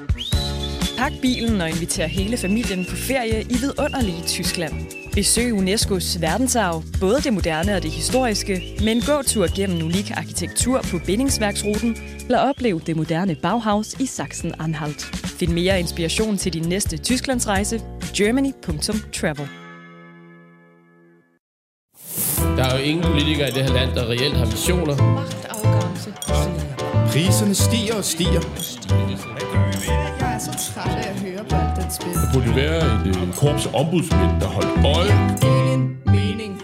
Pak bilen og inviter hele familien på ferie i vidunderlige Tyskland. Besøg UNESCO's verdensarv, både det moderne og det historiske, med en gåtur gennem unik arkitektur på bindingsværksruten, eller oplev det moderne Bauhaus i Sachsen-Anhalt. Find mere inspiration til din næste Tysklandsrejse på germany.travel. Der er jo ingen politikere i det her land, der reelt har visioner. Magtafgangse. Priserne stiger og stiger. Jeg er så træt af at høre på alt den spil. Der burde jo være et korps af ombudsmænd, der holdt øje. Ingen mening.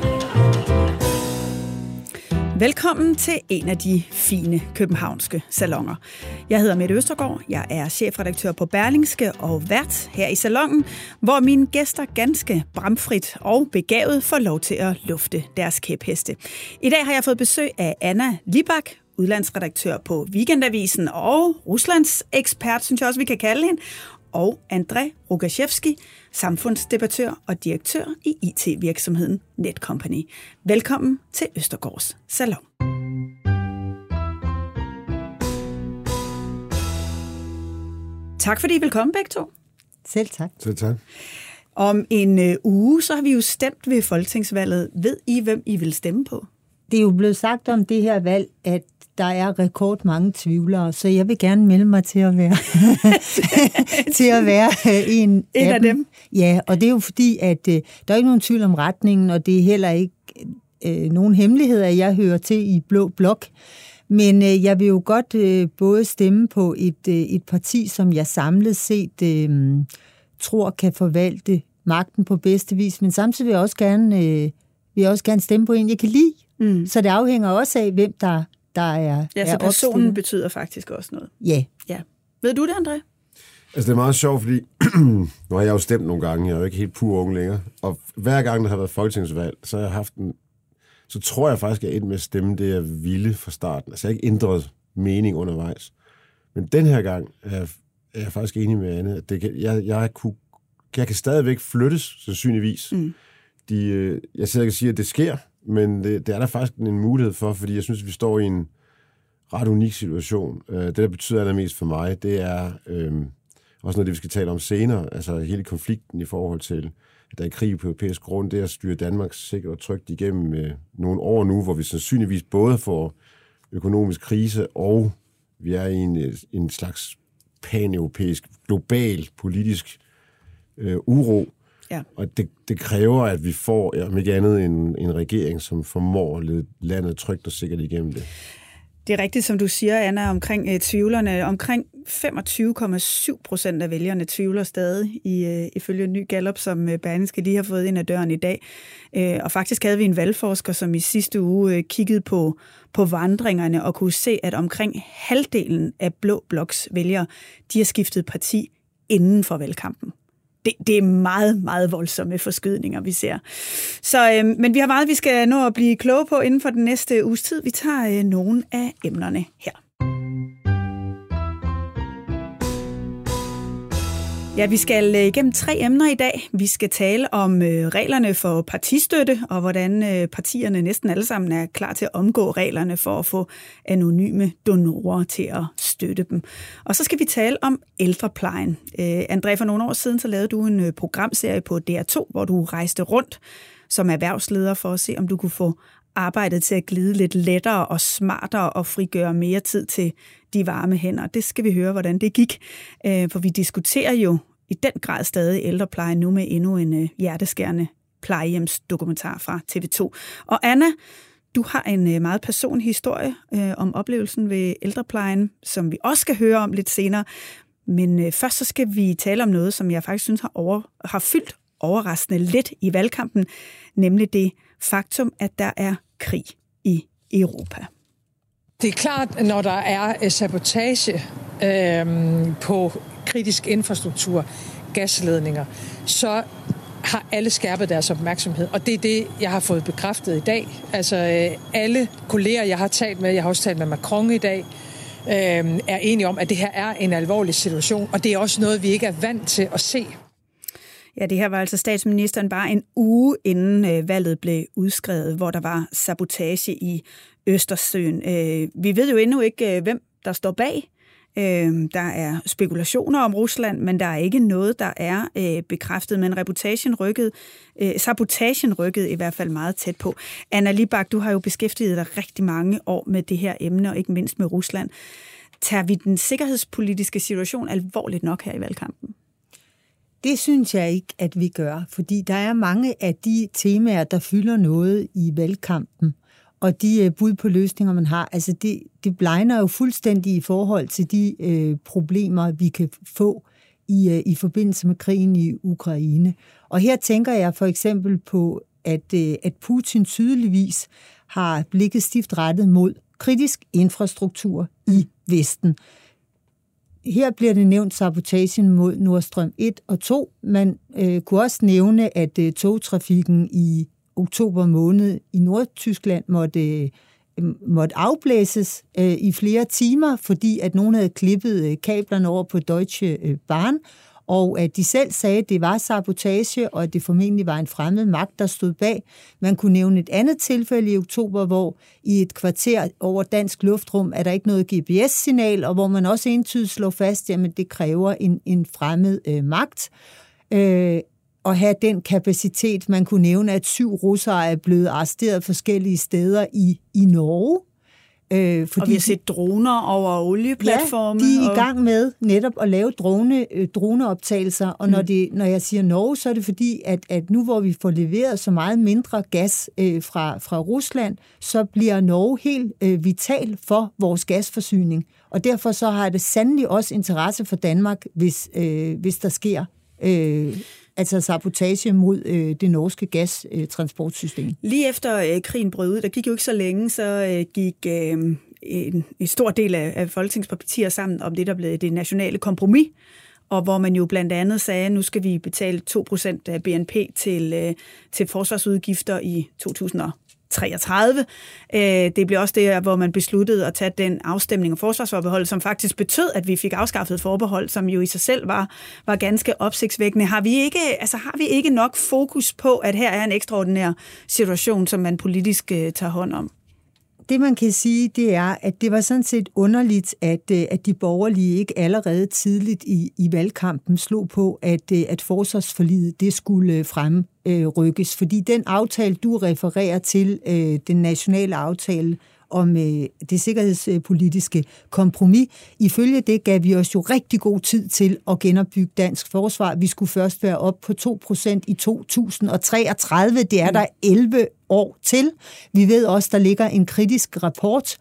Velkommen til en af de fine københavnske salonger. Jeg hedder Mette Østergaard, jeg er chefredaktør på Berlingske og vært her i salonen, hvor mine gæster ganske bramfrit og begavet får lov til at lufte deres kæpheste. I dag har jeg fået besøg af Anna Libak, udlandsredaktør på Weekendavisen og Ruslands ekspert, synes jeg også, vi kan kalde hende, og André Rogachevski, samfundsdebattør og direktør i IT-virksomheden Netcompany. Velkommen til Østergaards Salon. Tak fordi I vil komme begge to. Selv tak. Selv tak. Om en uge, så har vi jo stemt ved folketingsvalget. Ved I, hvem I vil stemme på? Det er jo blevet sagt om det her valg, at der er rekordmange tvivlere, så jeg vil gerne melde mig til at være, en af dem. Ja, og det er jo fordi, at der er ikke nogen tvivl om retningen, og det er heller ikke nogen hemmelighed, at jeg hører til i Blå Blok. Men jeg vil jo godt både stemme på et parti, som jeg samlet set tror kan forvalte magten på bedste vis, men samtidig vil jeg også gerne stemme på en, jeg kan lide. Mm. Så det afhænger også af, hvem der er. Ja, så personen opstillet. Betyder faktisk også noget. Ja. Ved du det, André? Altså, det er meget sjovt, fordi nu har jeg jo stemt nogle gange, jeg er jo ikke helt pur unge længere, og hver gang, der har været folketingsvalg, så har jeg haft så tror jeg faktisk, at jeg endte med at stemme det, jeg ville fra starten. Altså, jeg har ikke ændret mening undervejs. Men den her gang er jeg faktisk enig med Anne, at jeg kan stadigvæk flyttes, sandsynligvis. Mm. Jeg sidder ikke og siger, at det sker, men det er der faktisk en mulighed for, fordi jeg synes, at vi står i en ret unik situation. Det, der betyder allermest for mig, det er også noget, det vi skal tale om senere, altså hele konflikten i forhold til, at der er krig på europæisk grund, det er at styre Danmark sikkert og trygt igennem nogle år nu, hvor vi sandsynligvis både får økonomisk krise, og vi er i en slags pan-europæisk, global politisk uro. Ja. Og det kræver, at vi får, om ikke andet, en regering, som formår at lede landet trygt og sikkert igennem det. Det er rigtigt, som du siger, Anna, omkring tvivlerne. Omkring 25,7% af vælgerne tvivler stadig, ifølge en ny Gallup, som Berlingske lige har fået ind ad døren i dag. Og faktisk havde vi en valgforsker, som i sidste uge kiggede på vandringerne og kunne se, at omkring halvdelen af Blå Bloks vælgere, de har skiftet parti inden for valgkampen. Det er meget, meget voldsomme forskydninger, vi ser. Så, men vi har meget, vi skal nå at blive kloge på inden for den næste uges tid. Vi tager nogle af emnerne her. Ja, vi skal igennem 3 emner i dag. Vi skal tale om reglerne for partistøtte, og hvordan partierne næsten alle sammen er klar til at omgå reglerne for at få anonyme donorer til at støtte dem. Og så skal vi tale om ældreplejen. André, for nogle år siden så lavede du en programserie på DR2, hvor du rejste rundt som erhvervsleder for at se, om du kunne få arbejdet til at glide lidt lettere og smartere og frigøre mere tid til de varme hænder. Det skal vi høre, hvordan det gik, for vi diskuterer jo i den grad stadig ældrepleje nu med endnu en hjerteskærende plejehjemsdokumentar fra TV2. Og Anna, du har en meget personlig historie om oplevelsen ved ældreplejen, som vi også skal høre om lidt senere. Men først så skal vi tale om noget, som jeg faktisk synes har fyldt overraskende lidt i valgkampen, nemlig det faktum, at der er krig i Europa. Det er klart, når der er sabotage på kritisk infrastruktur, gasledninger, så har alle skærpet deres opmærksomhed. Og det er det, jeg har fået bekræftet i dag. Altså alle kolleger, jeg har talt med, jeg har også talt med Macron i dag, er enige om, at det her er en alvorlig situation, og det er også noget, vi ikke er vant til at se. Ja, det her var altså statsministeren bare en uge inden valget blev udskrevet, hvor der var sabotage i Østersøen. Vi ved jo endnu ikke, hvem der står bag Der er spekulationer om Rusland, men der er ikke noget, der er bekræftet. Men sabotagen rykkede i hvert fald meget tæt på. Anna Libak, du har jo beskæftiget dig rigtig mange år med det her emne, og ikke mindst med Rusland. Tager vi den sikkerhedspolitiske situation alvorligt nok her i valgkampen? Det synes jeg ikke, at vi gør, fordi der er mange af de temaer, der fylder noget i valgkampen, og de bud på løsninger, man har, altså det blegner jo fuldstændig i forhold til de problemer, vi kan få i forbindelse med krigen i Ukraine. Og her tænker jeg for eksempel på, at Putin tydeligvis har blikket stift rettet mod kritisk infrastruktur i Vesten. Her bliver det nævnt sabotagen mod Nord Stream 1 og 2. Man kunne også nævne, at togtrafikken i oktober måned i Nordtyskland måtte afblæses i flere timer, fordi at nogen havde klippet kablerne over på Deutsche Bahn, og at de selv sagde, at det var sabotage, og at det formentlig var en fremmed magt, der stod bag. Man kunne nævne et andet tilfælde i oktober, hvor i et kvarter over dansk luftrum er der ikke noget GPS-signal, og hvor man også entydigt slår fast, at det kræver en fremmed magt. Og have den kapacitet, man kunne nævne, at 7 russere er blevet arresteret forskellige steder i Norge. Og vi har set droner over olieplatformen. Ja, de er i gang med netop at lave droneoptagelser, og når jeg siger Norge, så er det fordi, at nu hvor vi får leveret så meget mindre gas fra Rusland, så bliver Norge helt vital for vores gasforsyning. Og derfor så har det sandelig også interesse for Danmark, hvis der sker altså sabotage mod det norske gastransportsystem. Lige efter krigen brød ud, der gik jo ikke så længe, så gik en stor del af folketingspartier sammen om det, der blev det nationale kompromis, og hvor man jo blandt andet sagde, at nu skal vi betale 2% af BNP til forsvarsudgifter i 2033. Det blev også det, hvor man besluttede at tage den afstemning om forsvarsforbeholdet, som faktisk betød, at vi fik afskaffet forbehold, som jo i sig selv var ganske opsigtsvækkende. Har vi ikke nok fokus på, at her er en ekstraordinær situation, som man politisk tager hånd om? Det, man kan sige, det er, at det var sådan set underligt, at de borgerlige ikke allerede tidligt i valgkampen slog på, at forsvarsforliget det skulle fremrykkes. Fordi den aftale, du refererer til, den nationale aftale om det sikkerhedspolitiske kompromis. Ifølge det gav vi os jo rigtig god tid til at genopbygge dansk forsvar. Vi skulle først være op på 2% i 2033. Det er der 11 år til. Vi ved også, der ligger en kritisk rapport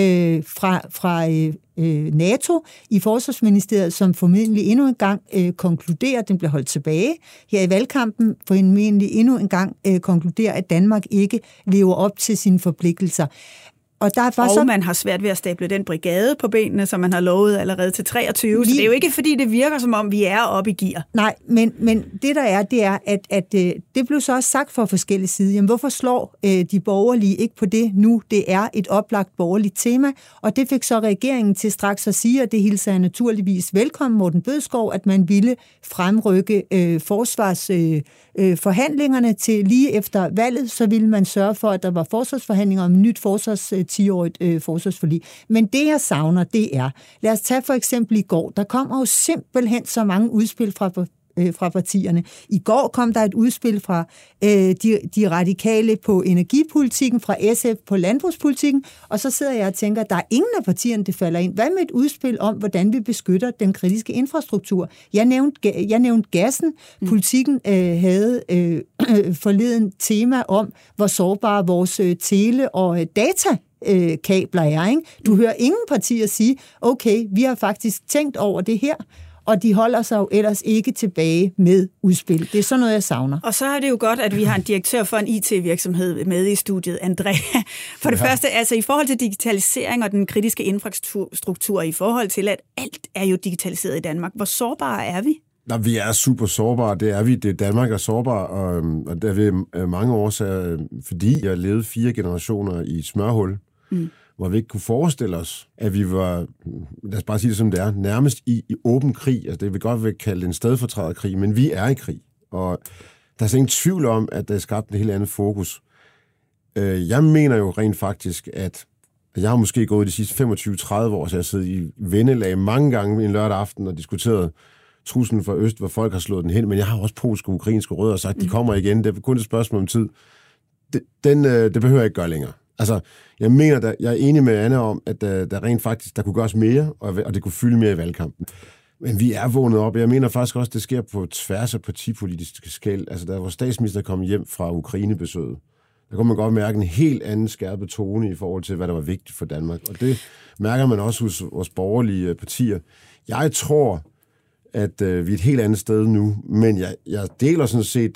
fra NATO i Forsvarsministeriet, som formentlig endnu en gang konkluderer, den bliver holdt tilbage her i valgkampen, formentlig endnu en gang konkluderer, at Danmark ikke lever op til sine forpligtelser. Og man har svært ved at stable den brigade på benene, som man har lovet allerede til 23. Så det er jo ikke, fordi det virker, som om vi er oppe i gear. Nej, men det der er, det er, at det blev så også sagt fra forskellige sider. Jamen, hvorfor slår de borgerlige ikke på det nu? Det er et oplagt borgerligt tema, og det fik så regeringen til straks at sige, og det hilser jeg naturligvis velkommen, Morten Bødskov, at man ville fremrykke forsvarsforhandlingerne til lige efter valget, så ville man sørge for, at der var forsvarsforhandlinger om et nyt 10-årigt forsvarsforlig. Men det, jeg savner, det er, lad os tage for eksempel i går, der kommer jo simpelthen så mange udspil fra partierne. I går kom der et udspil fra de radikale på energipolitikken, fra SF på landbrugspolitikken, og så sidder jeg og tænker, der er ingen af partierne, det falder ind. Hvad med et udspil om, hvordan vi beskytter den kritiske infrastruktur? Jeg nævnte gassen. Politikken havde forleden tema om, hvor sårbare vores tele- og datakabler er. Ikke? Du hører ingen partier sige, okay, vi har faktisk tænkt over det her, og de holder sig jo ellers ikke tilbage med udspil. Det er sådan noget, jeg savner. Og så er det jo godt, at vi har en direktør for en IT-virksomhed med i studiet, Andrea. For det første, altså i forhold til digitalisering og den kritiske infrastruktur, i forhold til, at alt er jo digitaliseret i Danmark. Hvor sårbare er vi? Nå, vi er super sårbare, det er vi. Danmark er sårbar, og der er mange årsager, fordi jeg levede 4 generationer i smørhul, hvor vi ikke kunne forestille os, at vi var, lad os bare sige det som det er, nærmest i åben krig. Altså det vil godt være kaldt en stedfortræderkrig, men vi er i krig. Og der er så ingen tvivl om, at der er skabt en helt andet fokus. Jeg mener jo rent faktisk, at Jeg har måske gået de sidste 25-30 år, så jeg har siddet i vennelag mange gange en lørdag aften og diskuteret truslen fra øst, hvor folk har slået den hen, men jeg har også polske og ukrainske rødder og sagt, de kommer igen, det er kun et spørgsmål om tid. Det behøver jeg ikke gøre længere. Altså, jeg mener, jeg er enig med Anna om, at der rent faktisk, der kunne gøres mere, og det kunne fylde mere i valgkampen. Men vi er vågnet op. Jeg mener faktisk også, at det sker på tværs af partipolitiske skel. Altså, da vores statsminister kom hjem fra Ukrainebesøget, der kunne man godt mærke en helt anden skærpet tone i forhold til, hvad der var vigtigt for Danmark. Og det mærker man også hos vores borgerlige partier. Jeg tror, at vi er et helt andet sted nu, men jeg deler sådan set,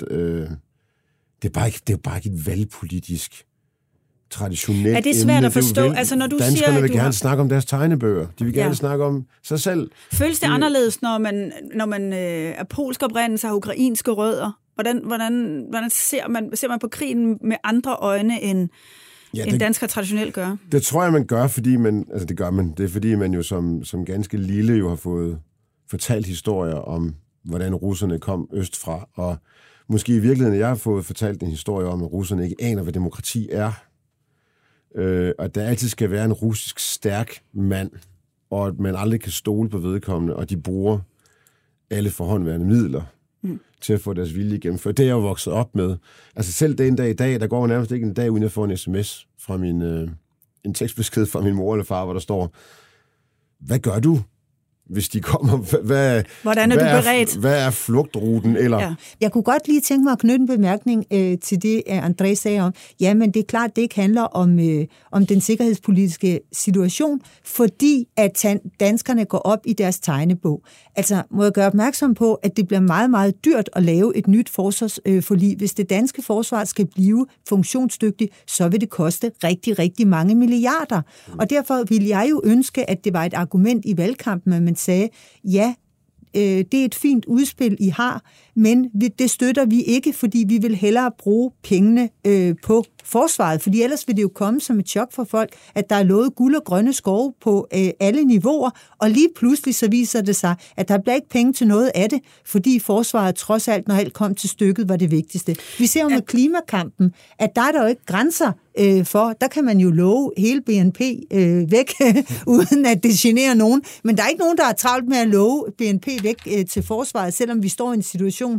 det er bare ikke et valgpolitisk traditionelt. Er det svært at forstå? Altså, når du danskerne siger, vil gerne snakke om deres tegnebøger. De vil gerne snakke om sig selv. Føles det anderledes, når man er polsk oprindelse og har ukrainske rødder? Hvordan ser man på krigen med andre øjne, end danskere traditionelt gør? Det tror jeg, man gør, fordi det gør man. Det er fordi, man jo som ganske lille jo har fået fortalt historier om, hvordan russerne kom østfra. Og måske i virkeligheden, jeg har fået fortalt en historie om, at russerne ikke aner, hvad demokrati er. Og der altid skal være en russisk stærk mand, og at man aldrig kan stole på vedkommende, og de bruger alle forhåndværende midler til at få deres vilje gennemført. Det er jeg jo vokset op med. Altså selv den dag i dag, der går jo nærmest ikke en dag, uden jeg får en sms fra en tekstbesked fra min mor eller far, hvor der står, hvad gør du, hvis de kommer? Hvordan er du beredt? Hvad er flugtruten? Eller? Ja. Jeg kunne godt lige tænke mig at knytte en bemærkning til det, André sagde om. Ja, men det er klart, det ikke handler om den sikkerhedspolitiske situation, fordi at danskerne går op i deres tegnebog. Altså, må jeg gøre opmærksom på, at det bliver meget, meget dyrt at lave et nyt forsvarsforlig. Hvis det danske forsvar skal blive funktionsdygtigt, så vil det koste rigtig, rigtig mange milliarder. Og derfor vil jeg jo ønske, at det var et argument i valgkampen, at man sagde, ja, det er et fint udspil, I har, men det støtter vi ikke, fordi vi vil hellere bruge pengene på forsvaret, fordi ellers vil det jo komme som et chok for folk, at der er lovet guld og grønne skove på alle niveauer, og lige pludselig så viser det sig, at der bliver ikke penge til noget af det, fordi forsvaret trods alt, når alt kom til stykket, var det vigtigste. Vi ser jo med klimakampen, at der er der jo ikke grænser for, der kan man jo love hele BNP væk, uden at det generer nogen, men der er ikke nogen, der er travlt med at love BNP væk til forsvaret, selvom vi står i en situation,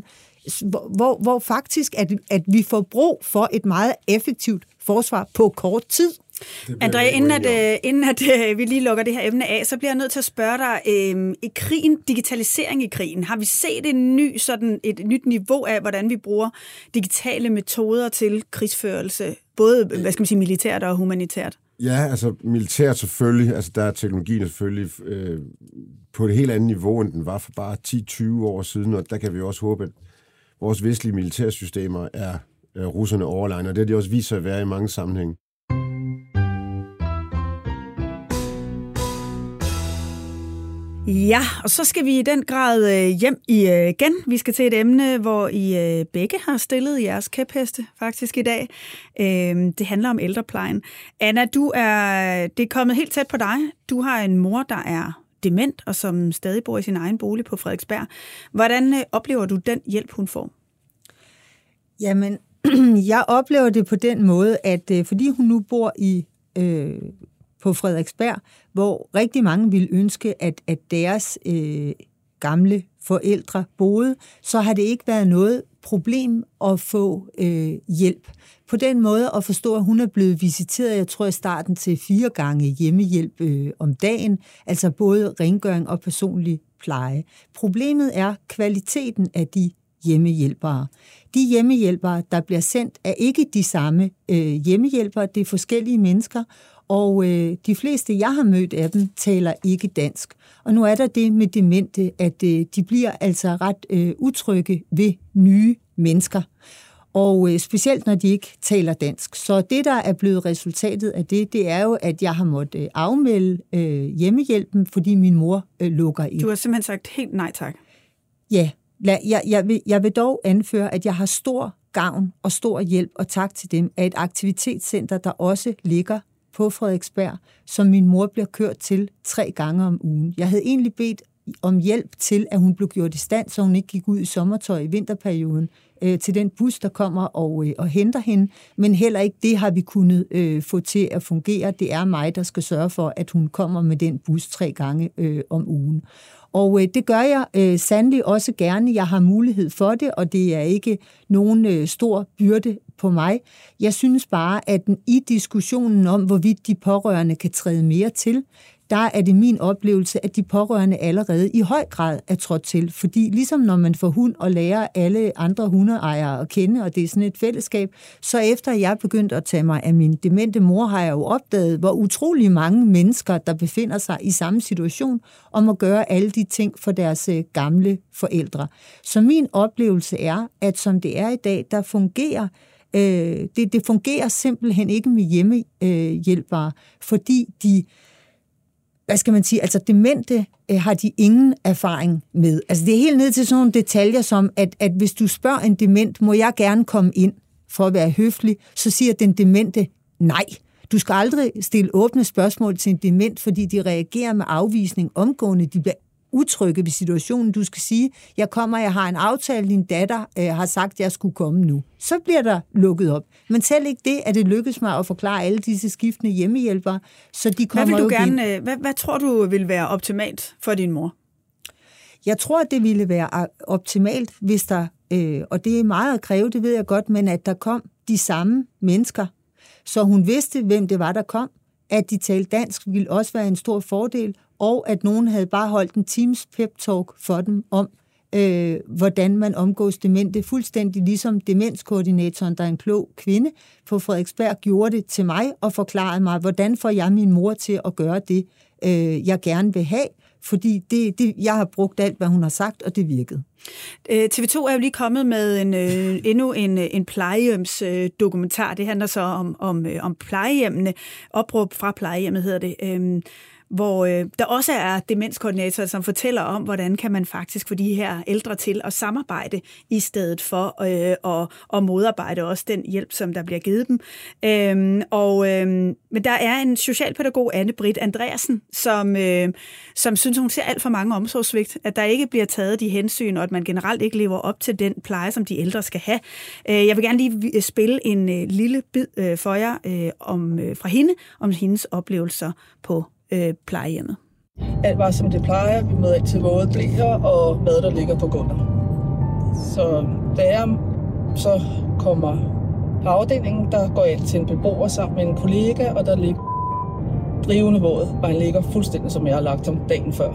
hvor faktisk at vi får brug for et meget effektivt forsvar på kort tid. André, inden at vi lige lukker det her emne af, så bliver jeg nødt til at spørge dig, i krigen, digitalisering i krigen, har vi set et nyt niveau af, hvordan vi bruger digitale metoder til krigsførelse, både militært og humanitært? Ja, altså militært selvfølgelig, altså der er teknologien selvfølgelig på et helt andet niveau, end den var for bare 10-20 år siden, og der kan vi også håbe, at vores vestlige militærsystemer er russerne overlegne, og det har de også vist sig at være i mange sammenhænge. Ja, og så skal vi i den grad hjem igen. Vi skal til et emne, hvor I begge har stillet jeres kæpheste faktisk i dag. Det handler om ældreplejen. Anna, det er kommet helt tæt på dig. Du har en mor, der er dement, og som stadig bor i sin egen bolig på Frederiksberg. Hvordan oplever du den hjælp, hun får? Jamen, jeg oplever det på den måde, at fordi hun nu bor på Frederiksberg, hvor rigtig mange ville ønske, at deres gamle forældre boede, så har det ikke været noget problem at få hjælp. På den måde at forstå, at hun er blevet visiteret, jeg tror i starten til 4 gange hjemmehjælp om dagen, altså både rengøring og personlig pleje. Problemet er kvaliteten af de hjemmehjælpere. De hjemmehjælpere, der bliver sendt, er ikke de samme hjemmehjælpere, det er forskellige mennesker, og de fleste, jeg har mødt af dem, taler ikke dansk. Og nu er der det med demente, at de bliver altså ret utrygge ved nye mennesker. Og specielt når de ikke taler dansk. Så det, der er blevet resultatet af det er jo, at jeg har måttet afmelde hjemmehjælpen, fordi min mor lukker ind. Du har simpelthen sagt helt nej tak. Ja, jeg vil dog anføre, at jeg har stor gavn og stor hjælp, og tak til dem, af et aktivitetscenter, der også ligger på Frederiksberg, som min mor bliver kørt til 3 gange om ugen. Jeg havde egentlig bedt om hjælp til, at hun blev gjort i stand, så hun ikke gik ud i sommertøj i vinterperioden, til den bus, der kommer og henter hende, men heller ikke det har vi kunnet få til at fungere. Det er mig, der skal sørge for, at hun kommer med den bus 3 gange om ugen. Og det gør jeg sandelig også gerne. Jeg har mulighed for det, og det er ikke nogen stor byrde på mig. Jeg synes bare, at i diskussionen om, hvorvidt de pårørende kan træde mere til, der er det min oplevelse, at de pårørende allerede i høj grad er trådt til. Fordi ligesom når man får hund og lærer alle andre hundeejere at kende, og det er sådan et fællesskab, så efter jeg begyndte at tage mig af min demente mor, har jeg jo opdaget, hvor utrolig mange mennesker, der befinder sig i samme situation, om at gøre alle de ting for deres gamle forældre. Så min oplevelse er, at som det er i dag, der fungerer det fungerer simpelthen ikke med hjemmehjælpere, fordi de hvad skal man sige, altså demente har de ingen erfaring med. Altså det er helt ned til sådan nogle detaljer som, at hvis du spørger en dement, må jeg gerne komme ind for at være høflig, så siger den demente nej. Du skal aldrig stille åbne spørgsmål til en dement, fordi de reagerer med afvisning omgående. De bliver utrygge ved situationen. Du skal sige, jeg har en aftale, din datter har sagt, at jeg skulle komme nu. Så bliver der lukket op. Men selv ikke det, at det lykkes mig at forklare alle disse skiftende hjemmehjælpere, så de kommer Hvad tror du vil være optimalt for din mor? Jeg tror, det ville være optimalt, hvis der, og det er meget at kræve, det ved jeg godt, men at der kom de samme mennesker, så hun vidste, hvem det var, der kom. At de talte dansk ville også være en stor fordel, og at nogen havde bare holdt en times pep-talk for dem om, hvordan man omgås demente, fuldstændig ligesom demenskoordinatoren, der er en klog kvinde på Frederiksberg, gjorde det til mig og forklarede mig, hvordan får jeg min mor til at gøre det, jeg gerne vil have, fordi jeg har brugt alt, hvad hun har sagt, og det virkede. TV2 er jo lige kommet med endnu en plejehjemsdokumentar. Det handler så om plejehjemmene. Opråb fra plejehjemmet hedder det. Hvor der også er demenskoordinatorer, som fortæller om, hvordan kan man faktisk få de her ældre til at samarbejde, i stedet for at modarbejde også den hjælp, som der bliver givet dem. Men der er en socialpædagog, Anne-Britt Andreasen, som synes, hun ser alt for mange omsorgssvigt, at der ikke bliver taget de hensyn, og at man generelt ikke lever op til den pleje, som de ældre skal have. Jeg vil gerne lige spille en lille bid for jer fra hende, om hendes oplevelser på plejehjemmet. Alt var som det plejer. Vi møder altid våde bleer og mad, der ligger på gulvet. Så da jeg så kommer på afdelingen, der går jeg ind til en beboer sammen med en kollega, og der ligger drivende våd, og han ligger fuldstændig, som jeg har lagt ham dagen før.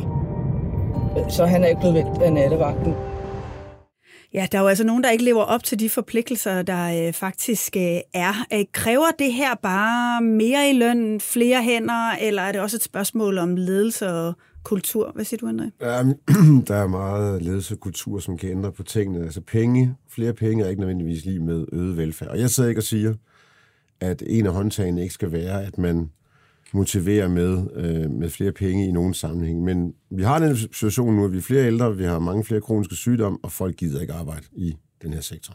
Så han er ikke blevet vendt af nattevagten. Ja, der er jo altså nogen, der ikke lever op til de forpligtelser, der faktisk er. Kræver det her bare mere i løn, flere hænder, eller er det også et spørgsmål om ledelse og kultur? Hvad siger du, André? Der er meget ledelse og kultur, som kan ændre på tingene. Altså flere penge er ikke nødvendigvis lige med øget velfærd. Og jeg sidder ikke og siger, at en af håndtagene ikke skal være, at man motiverer med flere penge i nogen sammenhæng. Men vi har den situation nu, at vi er flere ældre, vi har mange flere kroniske sygdomme, og folk gider ikke arbejde i den her sektor.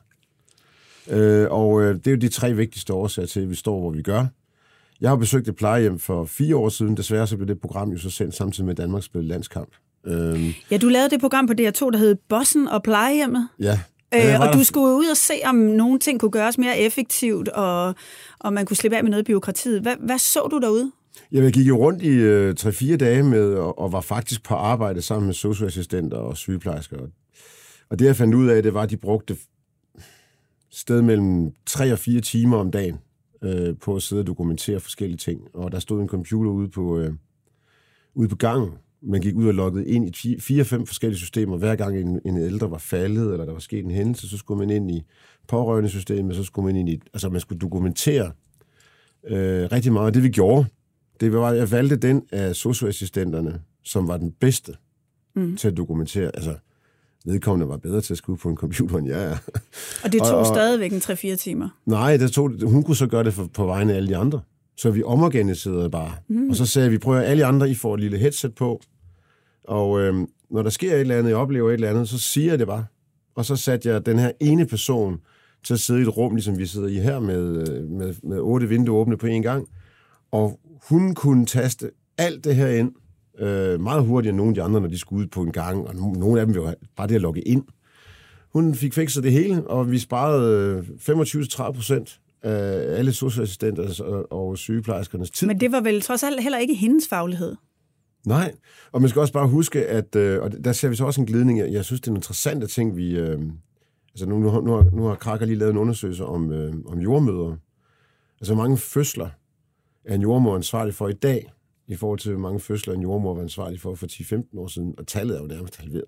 Og det er jo de 3 vigtigste årsager til, at vi står, hvor vi gør. Jeg har besøgt et plejehjem for 4 år siden. Desværre så blev det program jo så sendt samtidig med Danmarks spillede landskamp. Ja, du lavede det program på DR2, der hed Bossen og plejehjemmet. Ja. Og du skulle ud og se, om nogle ting kunne gøres mere effektivt, og man kunne slippe af med noget i bureaukratiet. Hvad så du derude? Jeg gik jo rundt i 3-4 dage med, og var faktisk på arbejde sammen med sosu-assistenter og sygeplejersker. Og det, jeg fandt ud af, det var, at de brugte sted mellem 3 og 4 timer om dagen på at sidde og dokumentere forskellige ting. Og der stod en computer ude på gangen. Man gik ud og loggede ind i 4-5 forskellige systemer. Hver gang en ældre var faldet, eller der var sket en hændelse, så skulle man ind i pårørendesystemet, så skulle man ind i... Altså, man skulle dokumentere rigtig meget. Det vi gjorde, det var, at jeg valgte den af sosu-assistenterne, som var den bedste til at dokumentere. Altså, vedkommende var bedre til at skrive på en computer, end jeg er. Og det tog stadigvæk en 3-4 timer? Nej, hun kunne så gøre det på vegne af alle de andre. Så vi omorganiserede bare. Og så sagde vi, prøv at alle andre, I får et lille headset på. Og når der sker et eller andet, jeg oplever et eller andet, så siger jeg det bare. Og så satte jeg den her ene person til at sidde i et rum, ligesom vi sidder i her, med 8 vinduer åbne på en gang. Og hun kunne taste alt det her ind, meget hurtigere end nogle af de andre, når de skulle ud på en gang, og nogle af dem jo bare det at logge ind. Hun fik fikset det hele, og vi sparede 25-30% af alle socialassistenter og sygeplejerskernes tid. Men det var vel trods alt heller ikke hendes faglighed? Nej, og man skal også bare huske, at og der ser vi så også en glidning. Jeg synes, det er en interessant ting, vi... altså nu har Kraka lige lavet en undersøgelse om jordmødre. Altså, hvor mange fødsler er en jordmor ansvarlig for i dag, i forhold til, hvor mange fødsler en jordmor var ansvarlig for 10-15 år siden, og tallet er jo nærmest halveret.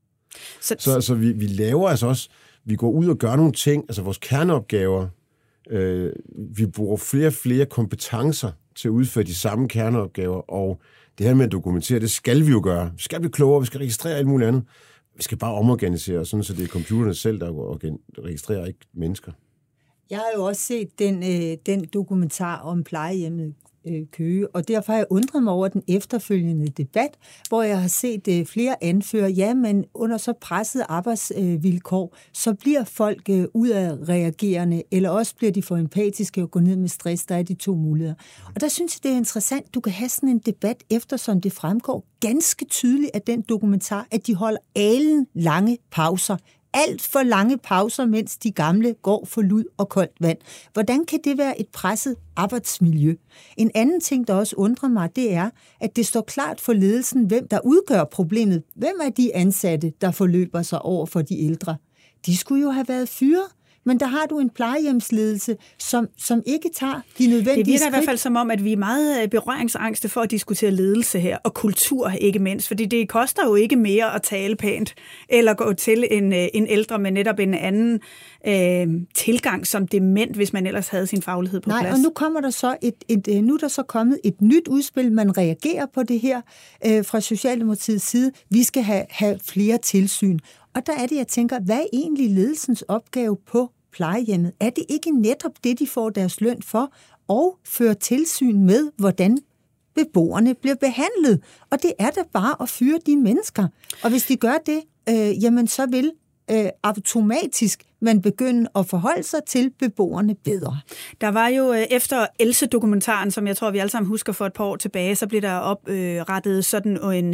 Så vi laver altså også... Vi går ud og gør nogle ting, altså vores kerneopgaver... vi bruger flere kompetencer til at udføre de samme kerneopgaver, og det her med at dokumentere, det skal vi jo gøre. Vi skal blive klogere, vi skal registrere alt muligt andet. Vi skal bare omorganisere, sådan så det er computerne selv, der registrerer, ikke mennesker. Jeg har jo også set den dokumentar om plejehjemmet Køge, og derfor har jeg undret mig over den efterfølgende debat, hvor jeg har set flere anføre, ja, men under så presset arbejdsvilkår, så bliver folk udadreagerende, eller også bliver de for empatiske og går ned med stress. Der er de to muligheder. Og der synes jeg, det er interessant, du kan have sådan en debat, eftersom det fremgår ganske tydeligt af den dokumentar, at de holder alen lange pauser. Alt for lange pauser, mens de gamle går for lud og koldt vand. Hvordan kan det være et presset arbejdsmiljø? En anden ting, der også undrer mig, det er, at det står klart for ledelsen, hvem der udgør problemet. Hvem er de ansatte, der forløber sig over for de ældre? De skulle jo have været fyret. Men der har du en plejehjemsledelse, som ikke tager de nødvendige skridt. Det virker i hvert fald som om, at vi er meget berøringsangste for at diskutere ledelse her, og kultur ikke mindst, fordi det koster jo ikke mere at tale pænt, eller gå til en ældre med netop en anden tilgang som dement, hvis man ellers havde sin faglighed på plads. Nej, og nu kommer der så nu er der så kommet et nyt udspil, man reagerer på det her fra Socialdemokratiets side. Vi skal have flere tilsyn. Og der er det, jeg tænker, hvad er egentlig ledelsens opgave på plejehjemmet? Er det ikke netop det, de får deres løn for, og føre tilsyn med, hvordan beboerne bliver behandlet? Og det er da bare at fyre de mennesker. Og hvis de gør det, jamen så vil automatisk man begynde at forholde sig til beboerne bedre. Der var jo efter Else-dokumentaren, som jeg tror, vi alle sammen husker for et par år tilbage, så blev der oprettet sådan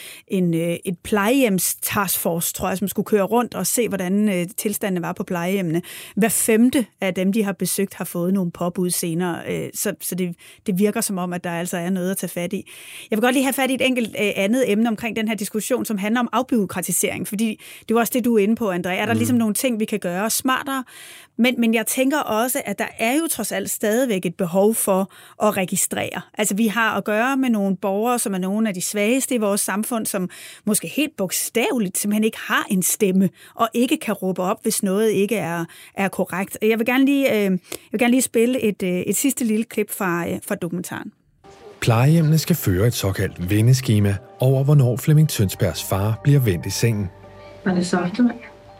et plejehjems-taskforce, tror jeg, som skulle køre rundt og se, hvordan tilstandene var på plejehjemmene. Hver 5. af dem, de har besøgt, har fået nogle påbud senere, så det virker som om, at der altså er noget at tage fat i. Jeg vil godt lige have fat i et enkelt andet emne omkring den her diskussion, som handler om afbureaukratisering, fordi det var også det, du er inde på, André. Er der ligesom nogle ting, vi kan gøre smartere, men jeg tænker også, at der er jo trods alt stadigvæk et behov for at registrere. Altså vi har at gøre med nogle borgere, som er nogle af de svageste i vores samfund, som måske helt bogstaveligt simpelthen ikke har en stemme, og ikke kan råbe op, hvis noget ikke er korrekt. Jeg vil gerne lige spille et sidste lille klip fra dokumentaren. Plejehjemmene skal føre et såkaldt vendeskema over, hvornår Flemming Tønsbergs far bliver vendt i sengen. Var det saftevand?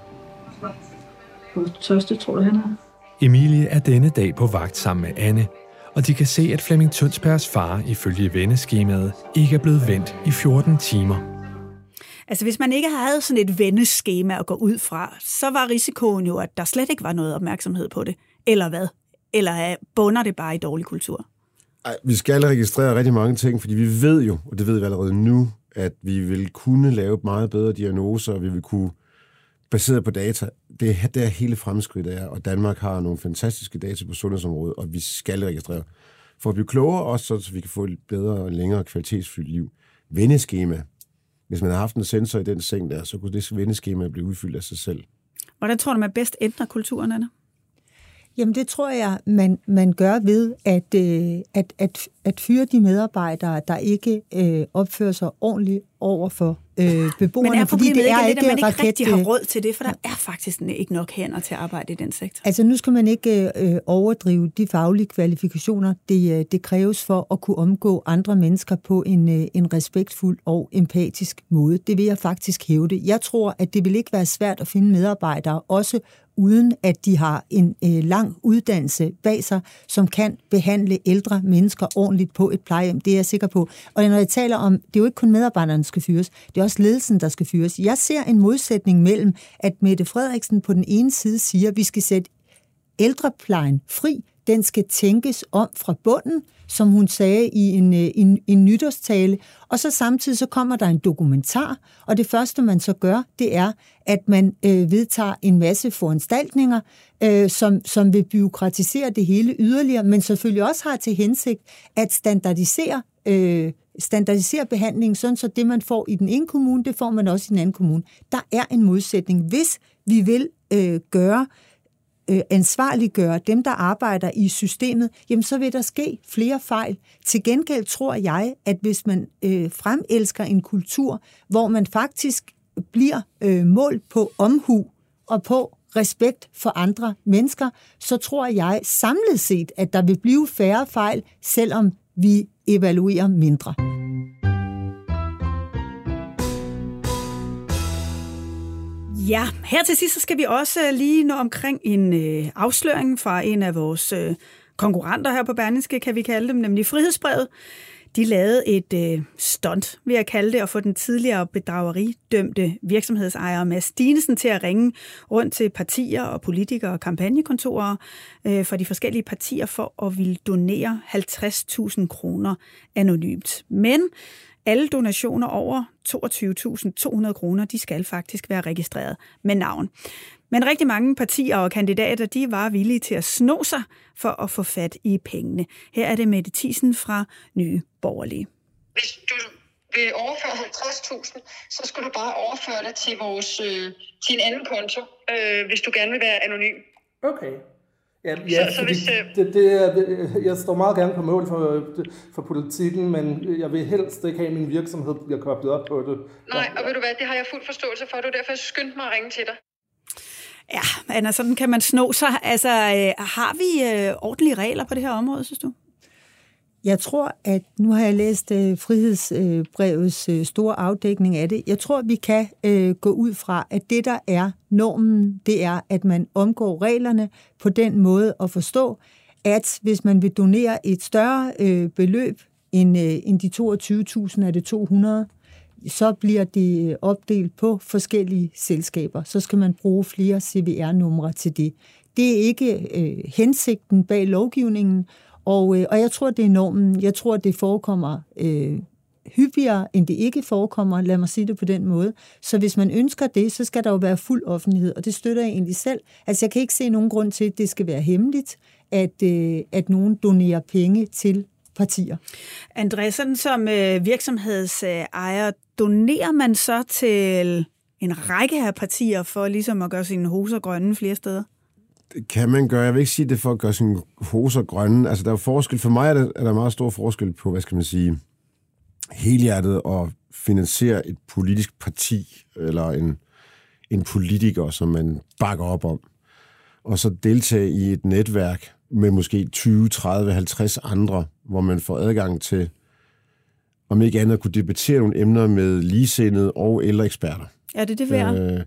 På tørste, tror du, han er? Emilie er denne dag på vagt sammen med Anne, og de kan se, at Flemming Tønsbergs far ifølge vendeskemaet ikke er blevet vendt i 14 timer. Altså hvis man ikke havde sådan et vendeskema at gå ud fra, så var risikoen jo, at der slet ikke var noget opmærksomhed på det. Eller hvad? Eller bunder det bare i dårlig kultur? Ej, vi skal registrere rigtig mange ting, fordi vi ved jo, og det ved vi allerede nu, at vi vil kunne lave meget bedre diagnoser, og vi vil kunne baseret på data. Det er hele fremskridtet er, og Danmark har nogle fantastiske data på sundhedsområdet, og vi skal registrere. For at blive klogere også, så vi kan få et bedre og længere kvalitetsfyldt liv. Vendeskema. Hvis man har haft en sensor i den seng der, så kunne det vendeskema blive udfyldt af sig selv. Hvordan tror du, man bedst ændrer kulturen, Anna? Jamen det tror jeg, man gør ved at fyre de medarbejdere, der ikke opfører sig ordentligt over for beboerne. Men er problemet fordi det er ikke, at man ikke rigtig har råd til det, for der er faktisk ikke nok hænder til at arbejde i den sektor? Altså nu skal man ikke overdrive de faglige kvalifikationer, det kræves for at kunne omgå andre mennesker på en respektfuld og empatisk måde. Det vil jeg faktisk hævde. Jeg tror, at det vil ikke være svært at finde medarbejdere, også uden at de har en lang uddannelse bag sig, som kan behandle ældre mennesker ordentligt på et plejehjem. Det er jeg sikker på. Og når jeg taler om, det er jo ikke kun medarbejderne, der skal fyres, det er også ledelsen, der skal fyres. Jeg ser en modsætning mellem, at Mette Frederiksen på den ene side siger, at vi skal sætte ældreplejen fri. den skal tænkes om fra bunden, som hun sagde i en nytårstale, og så samtidig så kommer der en dokumentar, og det første, man så gør, det er, at man vedtager en masse foranstaltninger, som vil bureaukratisere det hele yderligere, men selvfølgelig også har til hensigt at standardisere behandlingen, sådan så det, man får i den ene kommune, det får man også i den anden kommune. Der er en modsætning. Hvis vi vil ansvarliggøre dem, der arbejder i systemet, jamen så vil der ske flere fejl. Til gengæld tror jeg, at hvis man fremelsker en kultur, hvor man faktisk bliver målt på omhu og på respekt for andre mennesker, så tror jeg samlet set, at der vil blive færre fejl, selvom vi evaluerer mindre. Ja, her til sidst så skal vi også lige nå omkring en afsløring fra en af vores konkurrenter her på Berlingske, kan vi kalde dem, nemlig Frihedsbrevet. De lavede et stunt, vil jeg kalde det, at få den tidligere bedrageridømte virksomhedsejer Mads Dinesen til at ringe rundt til partier og politikere og kampagnekontorer for de forskellige partier for at ville donere 50.000 kroner anonymt. Men alle donationer over 22.200 kroner, de skal faktisk være registreret med navn. Men rigtig mange partier og kandidater, de var villige til at sno sig for at få fat i pengene. Her er det Mette Thiesen fra Nye Borgerlige. Hvis du vil overføre 50.000, så skal du bare overføre det til en anden konto, hvis du gerne vil være anonym. Okay. Så hvis, jeg står meget gerne på mål for politikken, men jeg vil helst ikke have, at min virksomhed bliver koblet op på det. Nej, og ved du hvad, det har jeg fuld forståelse for. Det er derfor, jeg skyndte mig at ringe til dig. Ja, Anna, sådan kan man sno sig. Altså, har vi ordentlige regler på det her område, synes du? Jeg tror, at nu har jeg læst Frihedsbrevets store afdækning af det. Jeg tror, vi kan gå ud fra, at det, der er normen, det er, at man omgår reglerne på den måde at forstå, at hvis man vil donere et større beløb end de 22.000 af det 200, så bliver det opdelt på forskellige selskaber. Så skal man bruge flere CVR-numre til det. Det er ikke hensigten bag lovgivningen, og jeg tror, det er normen. Jeg tror, det forekommer hyppigere, end det ikke forekommer. Lad mig sige det på den måde. Så hvis man ønsker det, så skal der jo være fuld offentlighed, og det støtter jeg egentlig selv. Altså, jeg kan ikke se nogen grund til, at det skal være hemmeligt, at nogen donerer penge til partier. André, sådan som virksomhedsejer, donerer man så til en række af partier for ligesom at gøre sine hoser grønne flere steder? Det kan man gøre. Jeg vil ikke sige det for at gøre sine hoser grønne. Altså, der er forskel. For mig er der meget stor forskel på, hvad skal man sige, helhjertet at finansiere et politisk parti, eller en politiker, som man bakker op om, og så deltage i et netværk med måske 20, 30, 50 andre, hvor man får adgang til, om ikke andet, at kunne debattere nogle emner med ligesindede og eller eksperter. Er det værd?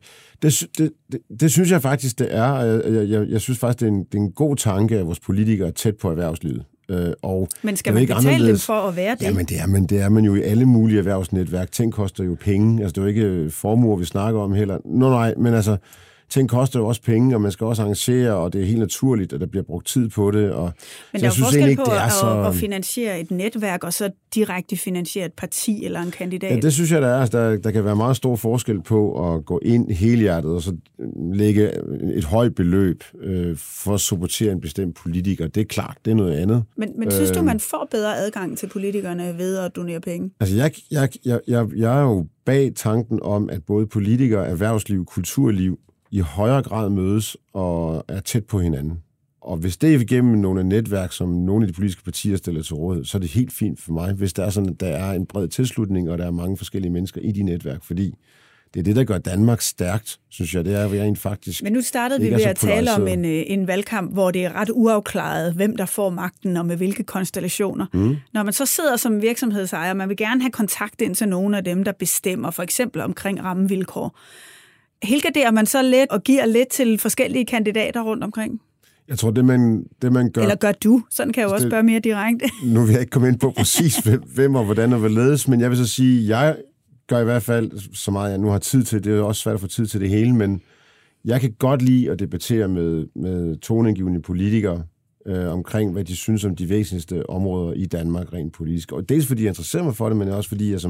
Det synes jeg faktisk, det er. Jeg synes faktisk, det er en god tanke, at vores politikere er tæt på erhvervslivet. Men skal man betale dem for at være det? Jamen, det er man jo i alle mulige erhvervsnetværk. Ting koster jo penge. Altså, det er jo ikke formuer, vi snakker om heller. Nej, men altså, ting koster jo også penge, og man skal også arrangere, og det er helt naturligt, at der bliver brugt tid på det. Men der er jo forskel på at finansiere et netværk, og så direkte finansiere et parti eller en kandidat. Ja, det synes jeg, der er. Altså, der kan være meget stor forskel på at gå ind helhjertet, og så lægge et højt beløb for at supportere en bestemt politiker. Det er klart, det er noget andet. Men synes du, man får bedre adgang til politikerne ved at donere penge? Altså, jeg er jo bag tanken om, at både politikere, erhvervsliv, kulturliv i højere grad mødes og er tæt på hinanden. Og hvis det er igennem nogle netværk, som nogle af de politiske partier stiller til rådighed, så er det helt fint for mig, hvis der er sådan, at der er en bred tilslutning, og der er mange forskellige mennesker i de netværk, fordi det er det, der gør Danmark stærkt, synes jeg. Det er rent faktisk. Men nu startede vi ved at tale om en valgkamp, hvor det er ret uafklaret, hvem der får magten og med hvilke konstellationer. Når man så sidder som virksomhedsejer, man vil gerne have kontakt ind til nogle af dem, der bestemmer, for eksempel omkring rammevilkår. Helgarderer man så lidt og giver lidt til forskellige kandidater rundt omkring? Jeg tror, det man gør... Eller gør du? Sådan kan jeg jo også spørge mere direkte. Nu vil jeg ikke komme ind på præcis, hvem og hvordan og hvorledes, men jeg vil så sige, jeg gør i hvert fald så meget, jeg nu har tid til. Det er også svært at få tid til det hele, men jeg kan godt lide at debattere med toneangivende politikere, omkring, hvad de synes om de væsentligste områder i Danmark rent politisk. Og dels fordi jeg interesserer mig for det, men også fordi jeg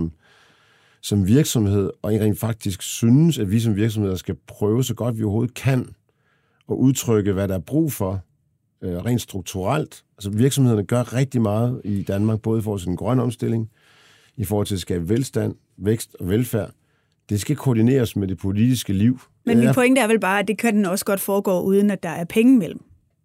som virksomhed, og rent faktisk synes, at vi som virksomheder skal prøve så godt vi overhovedet kan at udtrykke, hvad der er brug for rent strukturelt. Altså virksomhederne gør rigtig meget i Danmark, både i forhold til den grønne omstilling, i forhold til at skabe velstand, vækst og velfærd. Det skal koordineres med det politiske liv. Men min pointe er vel bare, at det kan den også godt foregå, uden at der er penge mellem.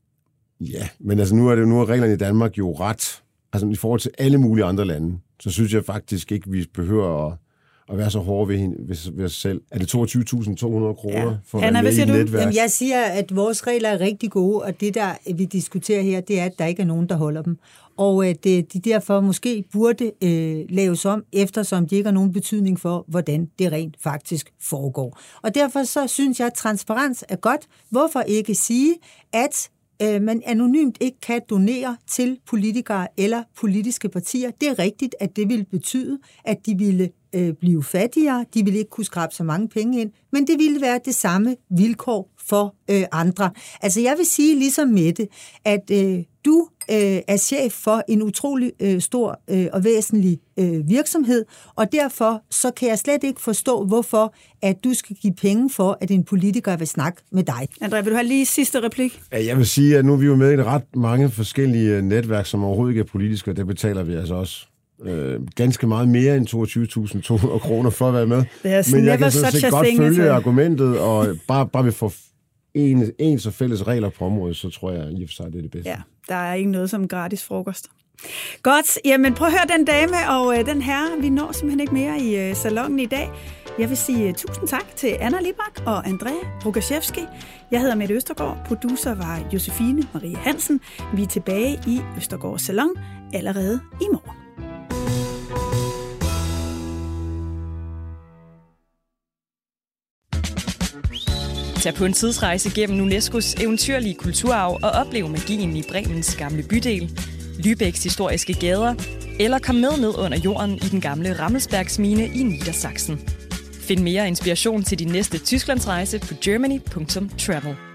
Ja, men altså nu er reglerne i Danmark jo ret. Altså i forhold til alle mulige andre lande, så synes jeg faktisk ikke, vi behøver at være så hårde ved os selv. Er det 22.200 kroner for at være med i et netværk? Jamen, jeg siger, at vores regler er rigtig gode, og det, der vi diskuterer her, det er, at der ikke er nogen, der holder dem. Og at de derfor måske burde laves om, eftersom de ikke har nogen betydning for, hvordan det rent faktisk foregår. Og derfor så synes jeg, at transparens er godt. Hvorfor ikke sige, at man anonymt ikke kan donere til politikere eller politiske partier? Det er rigtigt, at det ville betyde, at de ville blive fattigere, de ville ikke kunne skrabe så mange penge ind, men det ville være det samme vilkår for andre. Altså jeg vil sige ligesom Mette, at du er chef for en utrolig stor og væsentlig virksomhed, og derfor så kan jeg slet ikke forstå, hvorfor at du skal give penge for, at en politiker vil snakke med dig. André, vil du have lige sidste replik? Ja, jeg vil sige, at nu er vi jo med i ret mange forskellige netværk, som overhovedet ikke er politiske, og det betaler vi altså også ganske meget mere end 22.200 kroner for at være med. Men jeg kan sådan set godt følge argumentet, og bare vi får ens og fælles regler på området, så tror jeg i og for sig, det er det bedste. Ja, der er ikke noget som gratis frokost. Godt, jamen prøv at høre den dame og den herre. Vi når simpelthen ikke mere i salonen i dag. Jeg vil sige tusind tak til Anna Libak og André Rogaszewski. Jeg hedder Mette Østergaard. Producer var Josefine Marie Hansen. Vi er tilbage i Østergaard Salon allerede i morgen. Tag på en tidsrejse gennem UNESCO's eventyrlige kulturarv og oplev magien i Bremens gamle bydel, Lübecks historiske gader, eller kom med ned under jorden i den gamle Rammelsbergsmine i Niedersachsen. Find mere inspiration til din næste Tysklandsrejse på germany.travel.